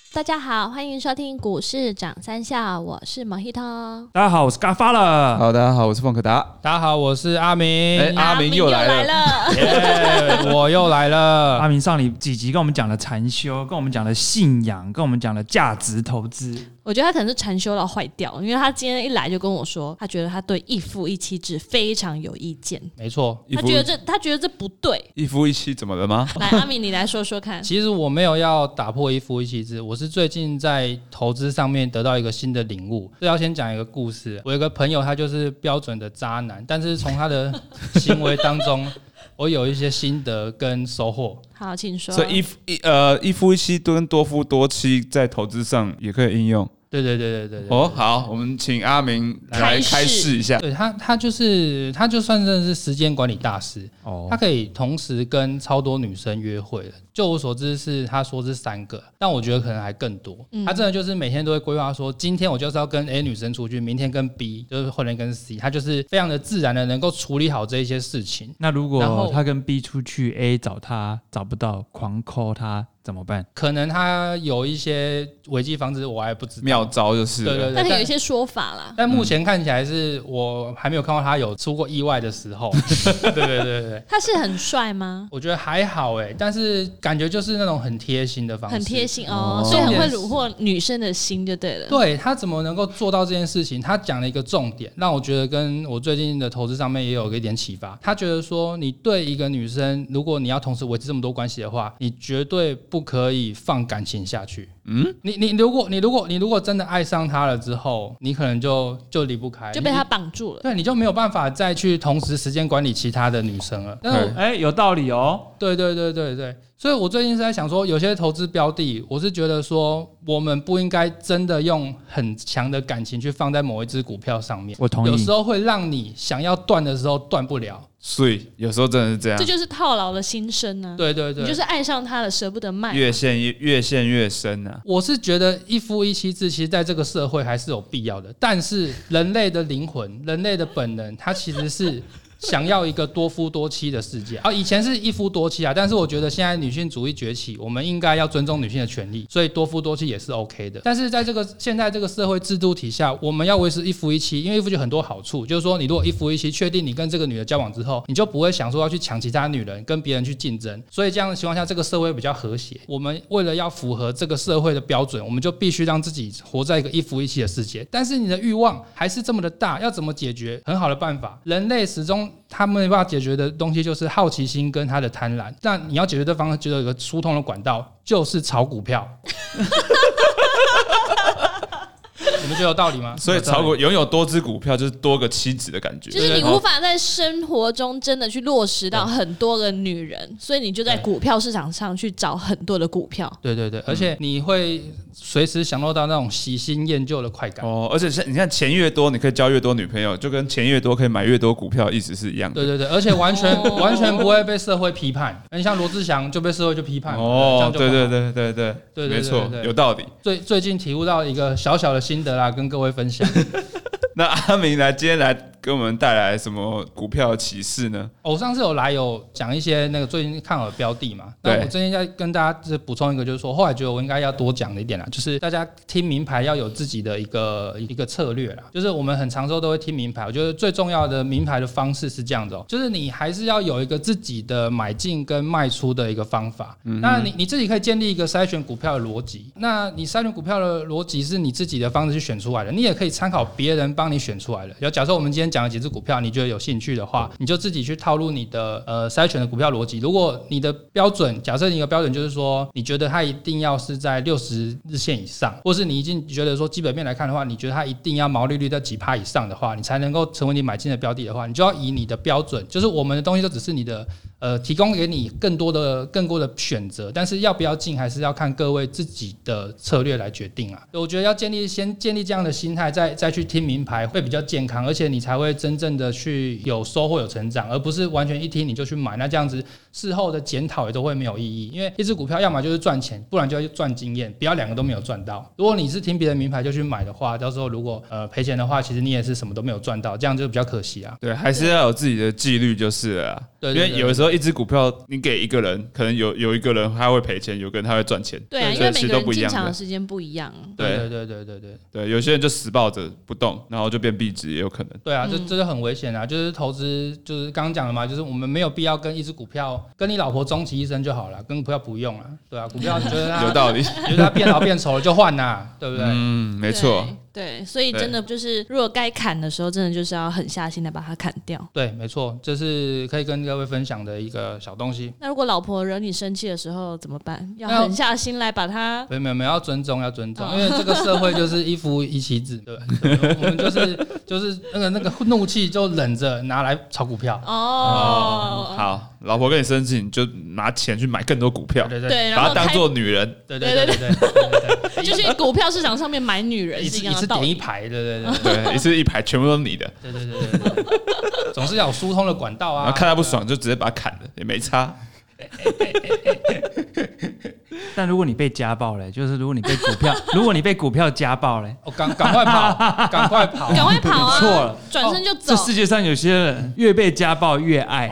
大家好，欢迎收听股市涨三下，我是 Mojito。 大家好，我是嘎发了。 好，大家好，我是凤可达。 大家好，我是阿明。 阿明又来了， 我又来了。 阿明上几集跟我们讲了禅修，跟我们讲了信仰，跟我们讲了价值投资。 我觉得他可能是禅修到坏掉，因为他今天一来就跟我说，他觉得他对一夫一妻制非常有意见。 没错， 他觉得这不对。 一夫一妻怎么了吗？ 来，阿明你来说说看。 其实我没有要打破一夫一妻制，我是最近在投资上面得到一个新的领悟。这要先讲一个故事。我有个朋友，他就是标准的渣男，但是从他的行为当中，我有一些心得跟收获。 好，请说。 所以一夫一妻跟多夫多妻在投资上也可以应用。 对。 哦，好，我们请阿明来开示一下。 对他就算是时间管理大师哦，他可以同时跟超多女生约会了。就我所知他说是3个，但我觉得可能还更多。他真的就是每天都会规划说，今天我就是要跟 A 女生出去，明天跟 B， 就是后天跟 C， 他就是非常的自然的能够处理好这一些事情。 那如果他跟 B 出去 ，A 找他找不到，狂 call 他怎么办？ 可能他有一些危机防止，我还不知道妙招就是了。 对， 但有一些说法啦。 但目前看起来是我还没有看到他有出过意外的时候。对。 他是很帅吗？ 我觉得还好但是感觉就是那种很贴心的方式， 很贴心哦，所以很会虏获女生的心就对了。 对，他怎么能够做到这件事情？他讲了一个重点，让我觉得跟我最近的投资上面也有一点启发。他觉得说，你对一个女生，如果你要同时维持这么多关系的话，你绝对不可以放感情下去。你如果真的爱上她了之后，你可能就离不开， 就被她绑住了。 对，你就没有办法再去同时时间管理其他的女生了。 有道理哦。 对。所以我最近是在想说，有些投资标的，我是觉得说，我们不应该真的用很强的感情去放在某一只股票上面。 我同意。 有时候会让你想要断的时候断不了。 所以有时候真的是这样， 这就是套牢的心声啊。 对， 你就是爱上他了，舍不得卖， 越陷越深啊。 我是觉得一夫一妻制其实在这个社会还是有必要的，但是人类的灵魂、人类的本能，它其实是想要一个多夫多妻的世界。以前是一夫多妻啊，但是我觉得现在女性主义崛起，我们应该要尊重女性的权利，所以多夫多妻也是 OK 的。但是在现在这个社会制度体下，我们要维持一夫一妻，因为一夫有很多好处，就是说你如果一夫一妻，确定你跟这个女的交往之后，你就不会想说要去抢其他女人，跟别人去竞争，所以这样的情况下，这个社会比较和谐。我们为了要符合这个社会的标准，我们就必须让自己活在一个一夫一妻的世界。但是你的欲望还是这么的大，要怎么解决？很好的办法，人类始终他们没办法解决的东西就是好奇心跟他的贪婪。那你要解决的方式，就有一个疏通的管道，就是炒股票。你们觉得有道理吗？ 所以炒股拥有多只股票就是多个妻子的感觉， 就是你无法在生活中真的去落实到很多个女人，所以你就在股票市场上去找很多的股票。 对，而且你会随时享受到那种喜新厌旧的快感哦。而且你看钱越多，你可以交越多女朋友，就跟钱越多可以买越多股票，意思是一样的。 对，而且完全不会被社会批判。你像罗志祥就被社会就批判哦。 对，没错，有道理。 最近体悟到一个小小的心得啦，跟各位分享。 那阿明今天来给我们带来什么股票的启示呢？ 我上次有讲一些那个最近看好的标的嘛，那我最近在跟大家补充一个，就是说后来觉得我应该要多讲的一点啦，就是大家听名牌要有自己的一个策略啦。就是我们很常都会听名牌，我觉得最重要的名牌的方式是这样子就是你还是要有一个自己的买进跟卖出的一个方法。那你自己可以建立一个筛选股票的逻辑，那你筛选股票的逻辑是你自己的方式去选出来的，你也可以参考别人帮你选出来的。假设我们今天讲了几只股票，你觉得有兴趣的话，你就自己去套入你的筛选的股票逻辑。如果你的标准，假设你的标准就是说，你觉得它一定要是在60日线以上，或是你已经觉得说基本面来看的话，你觉得它一定要毛利率在几%以上的话，你才能够成为你买进的标的的话，你就要以你的标准，就是我们的东西都只是你的提供给你更多的选择，但是要不要进还是要看各位自己的策略来决定啊。我觉得要先建立这样的心态，再去听名牌会比较健康，而且你才会真正的去有收获有成长，而不是完全一听你就去买，那这样子事后的检讨也都会没有意义，因为一只股票要么就是赚钱，不然就要赚经验，不要两个都没有赚到。如果你是听别人名牌就去买的话，到时候如果赔钱的话，其实你也是什么都没有赚到，这样就比较可惜啊。 对，还是要有自己的纪律就是了啦。 对， 因为有的时候一只股票你给一个人，可能有一个人他会赔钱，有个人他会赚钱。 对啊，因为每个人进场的时间不一样。 对，有些人就死抱着不动，然后就变币值也有可能。 对啊，这就很危险啊！就是投资，就是刚刚讲的嘛，就是我们没有必要跟一只股票，跟你老婆终其一生就好了，跟股票不用了。对啊，股票觉得它有道理， 觉得它变老变丑了就换呐，对不对？ 没错。 对，所以真的就是，如果该砍的时候，真的就是要狠下心的把它砍掉。 对，没错，这是可以跟各位分享的一个小东西。 那如果老婆惹你生气的时候怎么办？要狠下心来把它…… 没有，要尊重，因为这个社会就是一夫一妻制，对，我们就是那个怒气就忍着拿来炒股票。 好，老婆跟你生气，你就拿钱去买更多股票， 对， 把它当做女人， 对， 就去股票市场上面买女人是一样的道理。 一次点一排，对， 一次一排全部都是你的， 对，总是要有疏通的管道啊。 然后看他不爽就直接把他砍了，也没差。 但如果你被家暴嘞，就是如果你被股票家暴嘞， 赶快跑，赶快跑啊！ 错了， 转身就走。 这世界上有些人越被家暴越爱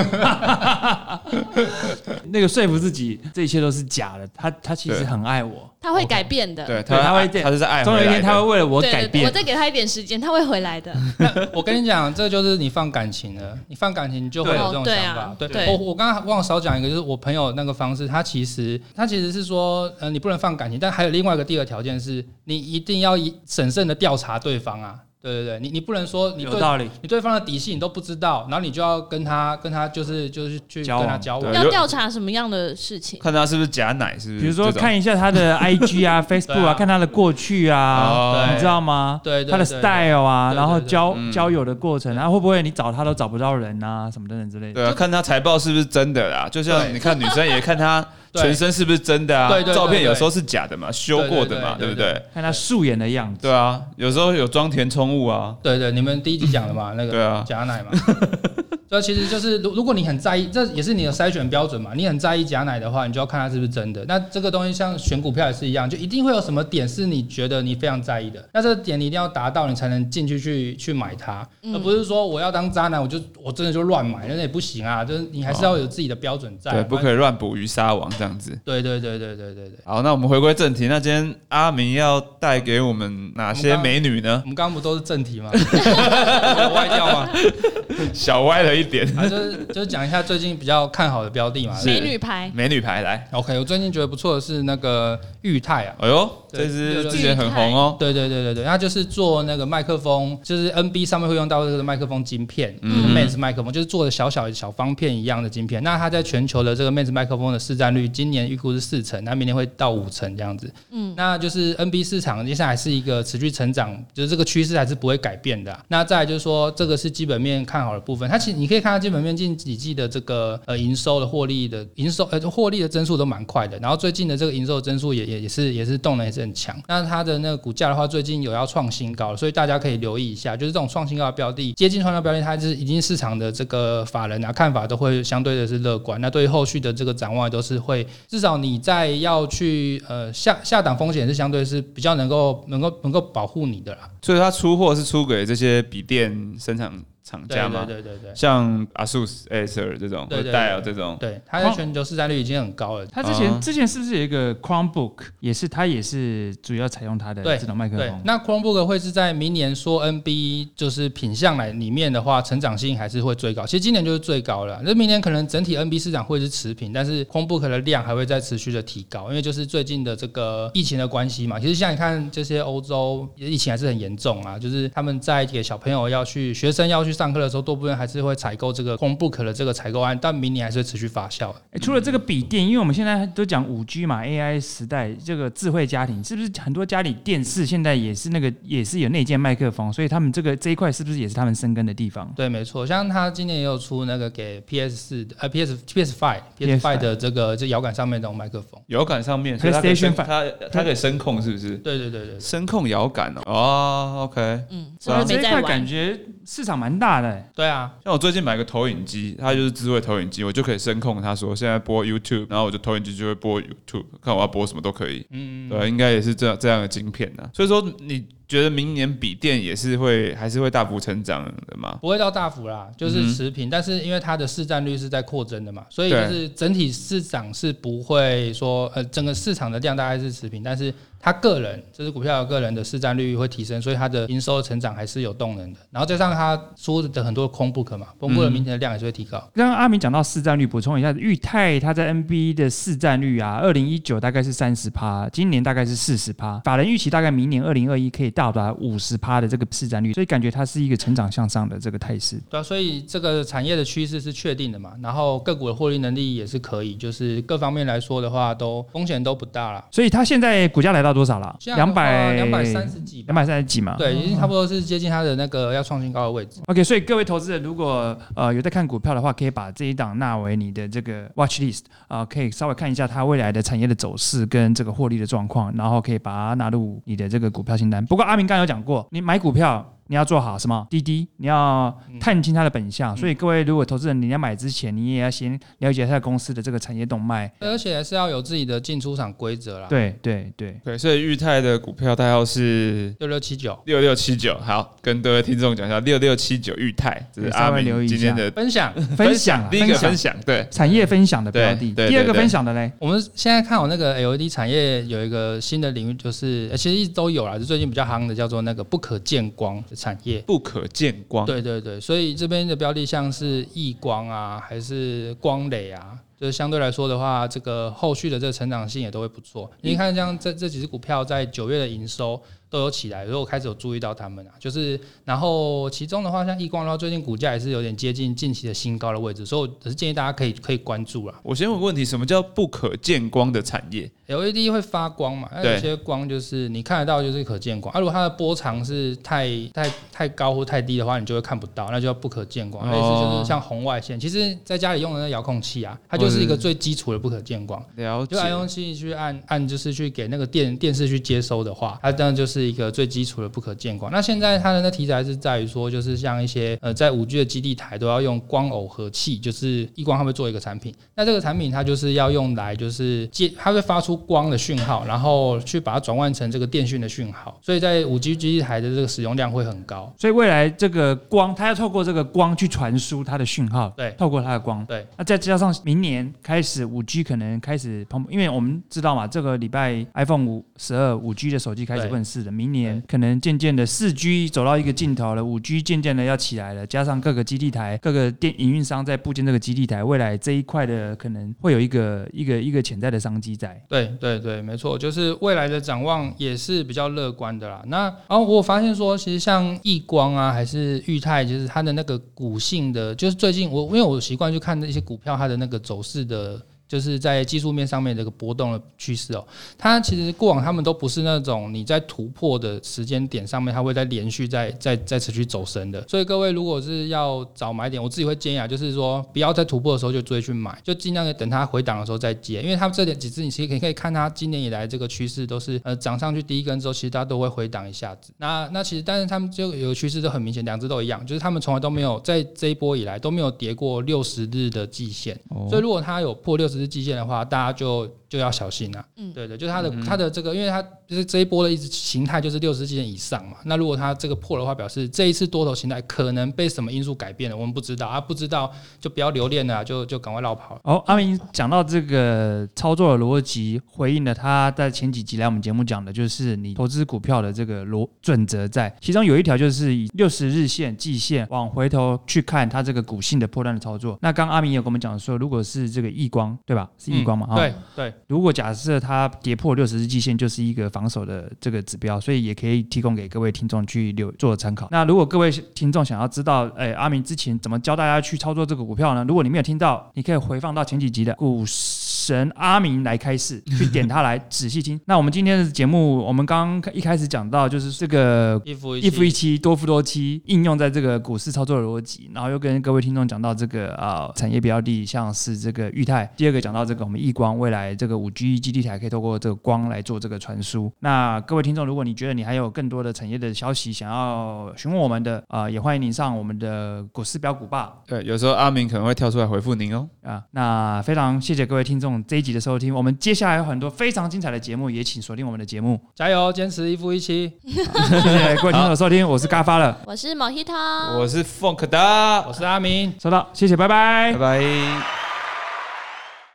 那个说服自己这一切都是假的，他其实很爱我， 他会改变的。 对，他就是爱回来的。 总有一天他会为了我改变。 我再给他一点时间，他会回来的。 我跟你讲，这就是你放感情了，你放感情你就会有这种想法。对，我刚刚忘了少讲一个，就是我朋友那个方式，他其实是说，你不能放感情，但还有另外一个第二条件是，你一定要审慎的调查对方啊。对，你不能说你有道理， 你对方的底细你都不知道，然后你就要跟他就是去跟他交往。 要调查什么样的事情？ 看他是不是假奶，是不是？ 比如说看一下他的 IG 啊、Facebook 啊，看他的过去啊，你知道吗？ 对， 他的 style 啊，然后交友的过程，然后会不会你找他都找不到人啊，什么等等之类的。 对啊，看他财报是不是真的啦，就像你看女生也看他全身是不是真的啊？照片有时候是假的嘛，修过的嘛，对不对？ 看他素颜的样子。 对啊，有时候有装填充物啊。 对，你们第一集讲的嘛，那个假奶嘛。这其实就是如果你很在意，这也是你的筛选标准嘛。你很在意假奶的话，你就要看它是不是真的。那这个东西像选股票也是一样，就一定会有什么点是你觉得你非常在意的。那这个点你一定要达到，你才能进去买它，而不是说我要当渣男，我真的就乱买，那也不行啊。就是你还是要有自己的标准在， 对，不可以乱捕鱼撒网这样子。 对。 好，那我们回归正题，那今天阿明要带给我们哪些美女呢？ 我们刚刚不都是正题吗？有歪掉吗？ 小歪了一点， 就是讲一下最近比较看好的标的嘛。 美女牌来。 OK， 我最近觉得不错的是那个裕泰啊。 哎呦，这支之前很红哦。 对，它就是做那个麦克风，就是 NB 上面会用到这个麦克风晶片，Max 麦克风就是做的小方片一样的晶片。那它在全球的这个 Max 麦克风的市占率，今年预估是4成，那明年会到5成这样子。那就是 NB 市场接下来是一个持续成长，就是这个趋势还是不会改变的。那再来就是说，这个是基本面看好的部分。它其实你可以看到基本面近几季的这个营收的获利的增速都蛮快的，然后最近的这个营收的增速也是动能也是很强。那它的那个股价的话，最近有要创新高了，所以大家可以留意一下，就是这种创新高的标的，接近创新高标的，它是已经市场的这个法人啊看法都会相对的是乐观。那对于后续的这个展望都是会，至少你在要去下档风险是相对是比较能够保护你的啦。 所以它出货是出给这些笔电生产厂家吗？ 对， 像 ASUS、Acer 这种，或者戴尔这种， 对，它在全球市占率已经很高了。 它之前是不是有一个 Chromebook， 它也是主要采用它的这种麦克风？ 对，那 Chromebook 会是在明年说 NB 就是品项来里面的话，成长性还是会最高。其实今年就是最高了，那明年可能整体 NB 市场会是持平，但是 Chromebook 的量还会再持续的提高，因为就是最近的这个疫情的关系嘛。其实像你看这些欧洲疫情还是很严重啊，就是他们在给小朋友学生要去上课的时候，多部分还是会采购这个 Chromebook 的这个采购案，但明年还是会持续发酵的。 除了这个笔电，因为我们现在都讲5G 嘛 ，AI 时代，这个智慧家庭，是不是很多家里电视现在也是有内建麦克风，所以他们这一块是不是也是他们深耕的地方？ 对，没错，像他今年也有出那个给 PS5 的这摇杆上面的麦克风， 摇杆上面 PlayStation 它可以声控是不是？ 对， 声控摇杆哦。OK， 这一块感觉市场蛮蛮大的。 对啊， 像我最近买个投影机，它就是智慧投影机，我就可以声控它说现在播 YouTube， 然后我就投影机就会播 YouTube， 看我要播什么都可以。对，应该也是这样的晶片啊。所以说你觉得明年笔电也是还是会大幅成长的吗？ 不会到大幅啦，就是持平，但是因为它的市占率是在扩增的嘛，所以就是整体市场是不会说整个市场的量大概是持平，但是它个人这支股票的个人的市占率会提升，所以它的营收的成长还是有动能的。然后加上它出的很多空 book 嘛，空 book 的明天的量也是会提高。 刚刚阿明讲到市占率，补充一下，裕泰它在 NB 的市占率啊，2019大概是30%，今年大概是40%，法人预期大概明年2021可以到达50%的这个市占率，所以感觉它是一个成长向上的这个态势。 对啊，所以这个产业的趋势是确定的嘛，然后个股的获利能力也是可以，就是各方面来说的话，都风险都不大啦。 所以它现在股价来到多少了 ？230几 ，230几嘛？ 对，已经差不多是接近它的那个要创新高的位置。 OK， 所以各位投资人如果有在看股票的话，可以把这一档纳为你的这个 watch list 可以稍微看一下它未来的产业的走势跟这个获利的状况，然后可以把它纳入你的这个股票清单。不过阿明刚刚有讲过，你买股票你要做好什么？滴滴，你要探清它的本相。所以各位如果投资人你要买之前，你也要先了解它公司的这个产业动脉， 而且还是要有自己的进出场规则啦。 对， 所以裕泰的股票代号是6679。好，跟各位听众讲一下6679裕泰，这是阿明今天的分享。 第一个分享，对产业分享的标的。第二个分享的嘞， 我们现在看我那个 LED 产业有一个新的领域，就是其实一直都有啦，就最近比较夯的叫做那个不可见光产业。 不可见光， 对，所以这边的标的像是异光啊，还是光磊啊，就是相对来说的话，这个后续的这个成长性也都会不错。你看像这几只股票在9月的营收都有起来，所以我开始有注意到他们啊，就是然后其中的话，像异光的话，最近股价也是有点接近近期的新高的位置，所以我是建议大家可以关注啦。 我先问个问题，什么叫不可见光的产业？ LED 会发光嘛？那有些光就是你看得到，就是可见光。如果它的波长是太高或太低的话，你就会看不到，那就叫不可见光。类似就是像红外线，其实在家里用的那遥控器啊，它就是一个最基础的不可见光。 了解。 就遥控器去按，就是去给那个电视去接收的话，它当然就是一个最基础的不可见光。那现在它的那题材是在于说，就是像一些在5G 的基地台都要用光耦合器，就是异光他们做一个产品。那这个产品它就是要用来就是它会发出光的讯号，然后去把它转换成这个电讯的讯号，所以在5G 基地台的这个使用量会很高。 所以未来这个光，它要透过这个光去传输它的讯号， 对， 透过它的光， 对。 那再加上明年开始5G 可能开始因为我们知道嘛，这个礼拜 iPhone 12 5G 的手机开始问世的，明年可能渐渐的4G 走到一个尽头了，5G 渐渐的要起来了，加上各个基地台、各个营运商在布建这个基地台，未来这一块的可能会有一个潜在的商机在。 对，没错，就是未来的展望也是比较乐观的啦。那然后我发现说，其实像异光啊，还是裕泰，就是它的那个股性的，就是最近因为我习惯去看一些股票它的那个走势的。就是在技术面上面这个波动的趋势哦，它其实过往他们都不是那种你在突破的时间点上面，它会在连续在持续走升的。所以各位如果是要找买点，我自己会建议啊，就是说不要在突破的时候就追去买，就尽量等它回档的时候再接，因为它这几只你其实可以看它今年以来这个趋势都是涨上去第一根之后，其实它都会回档一下子。那其实但是他们就有趋势都很明显，两只都一样，就是他们从来都没有在这一波以来都没有跌过60日的季线，所以如果它有破60日季线的话，大家就要小心啊。对，就是它的这个，因为它就是这一波的一直形态就是60日季线以上嘛。那如果它这个破的话，表示这一次多头形态可能被什么因素改变了，我们不知道啊，不知道就不要留恋了，就赶快绕跑。 阿明讲到这个操作的逻辑，回应了他在前几集来我们节目讲的，就是你投资股票的这个准则在，其中有一条就是以60日线、季线往回头去看它这个股性的波段的操作。那刚刚阿明有跟我们讲说，如果是这个异光，对吧？是异光嘛？ 对。 如果假设它跌破60日季线，就是一个防守的这个指标，所以也可以提供给各位听众去做参考。那如果各位听众想要知道，阿明之前怎么教大家去操作这个股票呢？如果你没有听到，你可以回放到前几集的股神阿明来开示，去点它来仔细听。那我们今天的节目，我们刚刚一开始讲到，就是这个一夫一妻多夫多妻应用在这个股市操作的逻辑，然后又跟各位听众讲到这个产业标的，像是这个裕泰。第二个讲到这个我们异光未来这个 5G 基地台可以透过这个光来做这个传输。那各位听众，如果你觉得你还有更多的产业的消息想要询问我们的也欢迎您上我们的股市标股吧。 对，有时候阿明可能会跳出来回复您哦。 那非常谢谢各位听众这一集的收听，我们接下来有很多非常精彩的节目，也请锁定我们的节目， 加油，坚持一夫一妻。 谢谢各位听众的收听，我是嘎发了， 我是Mojito， 我是 Funk 的， 我是阿明， 收到，谢谢，拜拜， 拜拜。